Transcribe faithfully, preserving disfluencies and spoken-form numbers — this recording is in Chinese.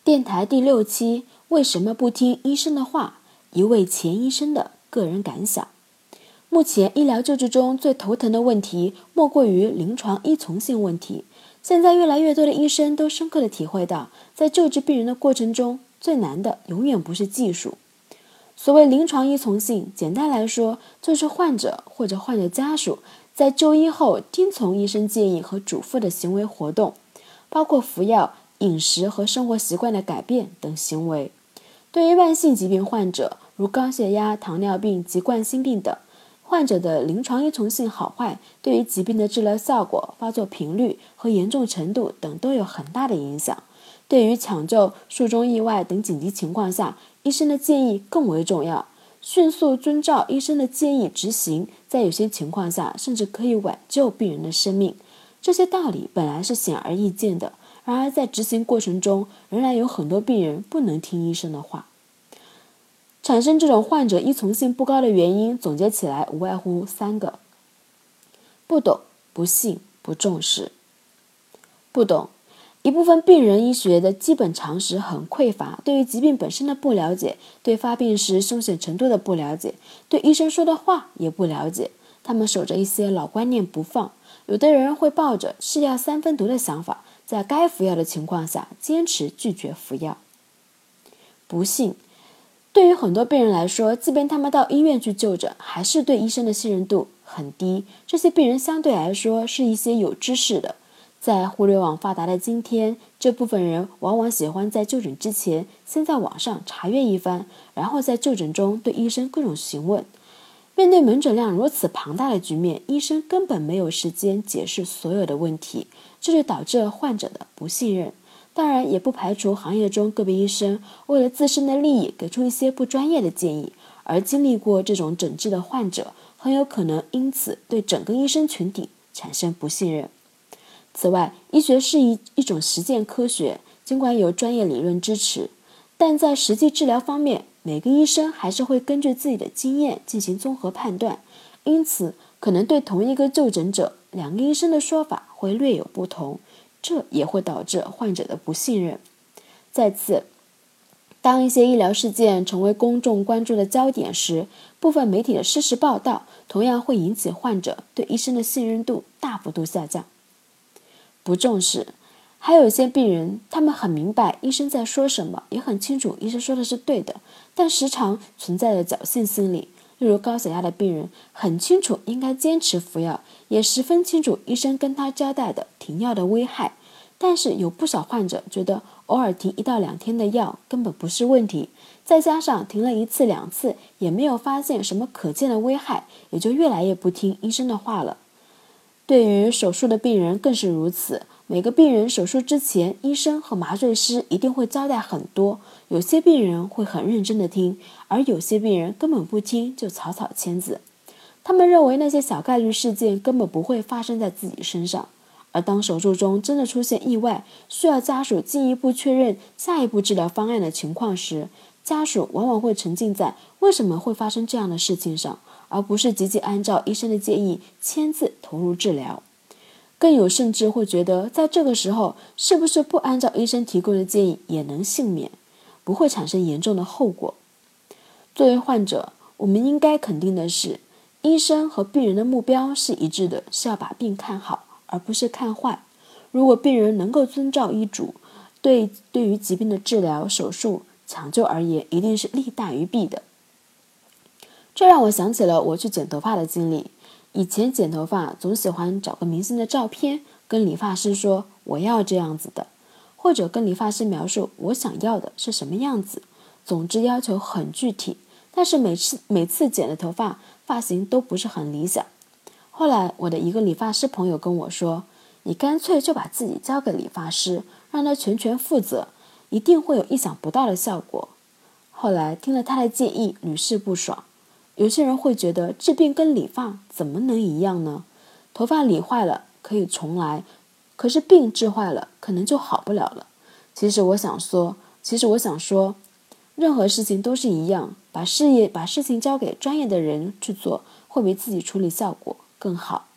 电台第六期，为什么不听医生的话？一位前医生的个人感想。目前医疗救治中最头疼的问题，莫过于临床依从性问题。现在越来越多的医生都深刻地体会到，在救治病人的过程中，最难的永远不是技术。所谓临床依从性，简单来说，就是患者或者患者家属在就医后听从医生建议和嘱咐的行为活动，包括服药、饮食和生活习惯的改变等行为。对于慢性疾病患者，如高血压、糖尿病及冠心病等，患者的临床依从性好坏，对于疾病的治疗效果、发作频率和严重程度等都有很大的影响。对于抢救、术中意外等紧急情况下，医生的建议更为重要。迅速遵照医生的建议执行，在有些情况下甚至可以挽救病人的生命。这些道理本来是显而易见的，然而在执行过程中，仍然有很多病人不能听医生的话。产生这种患者依从性不高的原因，总结起来无外乎三个：不懂、不信、不重视。不懂，一部分病人医学的基本常识很匮乏，对于疾病本身的不了解，对发病时凶险程度的不了解，对医生说的话也不了解。他们守着一些老观念不放，有的人会抱着是药三分毒的想法，在该服药的情况下坚持拒绝服药。不信，对于很多病人来说，即便他们到医院去就诊，还是对医生的信任度很低。这些病人相对来说是一些有知识的，在互联网发达的今天，这部分人往往喜欢在就诊之前先在网上查阅一番，然后在就诊中对医生各种询问。面对门诊量如此庞大的局面，医生根本没有时间解释所有的问题，这就导致患者的不信任。当然，也不排除行业中个别医生为了自身的利益给出一些不专业的建议，而经历过这种诊治的患者很有可能因此对整个医生群体产生不信任。此外，医学是一一种实践科学，尽管有专业理论支持，但在实际治疗方面，每个医生还是会根据自己的经验进行综合判断，因此可能对同一个就诊者，两个医生的说法会略有不同，这也会导致患者的不信任。再次，当一些医疗事件成为公众关注的焦点时，部分媒体的失实报道同样会引起患者对医生的信任度大幅度下降。不重视，还有一些病人，他们很明白医生在说什么，也很清楚医生说的是对的，但时常存在着侥幸心理。例如高血压的病人很清楚应该坚持服药，也十分清楚医生跟他交代的停药的危害，但是有不少患者觉得偶尔停一到两天的药根本不是问题，再加上停了一次两次也没有发现什么可见的危害，也就越来越不听医生的话了。对于手术的病人更是如此，每个病人手术之前，医生和麻醉师一定会交代很多，有些病人会很认真的听，而有些病人根本不听就草草签字。他们认为那些小概率事件根本不会发生在自己身上，而当手术中真的出现意外，需要家属进一步确认下一步治疗方案的情况时，家属往往会沉浸在为什么会发生这样的事情上，而不是积极按照医生的建议签字投入治疗。更有甚至会觉得在这个时候是不是不按照医生提供的建议也能幸免，不会产生严重的后果。作为患者，我们应该肯定的是，医生和病人的目标是一致的，是要把病看好，而不是看坏。如果病人能够遵照医嘱，对对于疾病的治疗、手术、抢救而言，一定是利大于弊的。这让我想起了我去剪头发的经历。以前剪头发总喜欢找个明星的照片，跟理发师说我要这样子的，或者跟理发师描述我想要的是什么样子，总之要求很具体，但是每次每次剪的头发发型都不是很理想。后来我的一个理发师朋友跟我说，你干脆就把自己交给理发师，让他全权负责，一定会有意想不到的效果。后来听了他的建议，屡试不爽。有些人会觉得治病跟理发怎么能一样呢？头发理坏了可以重来，可是病治坏了可能就好不了了。其实我想说，其实我想说，任何事情都是一样，把事业把事情交给专业的人去做，会比自己处理效果更好。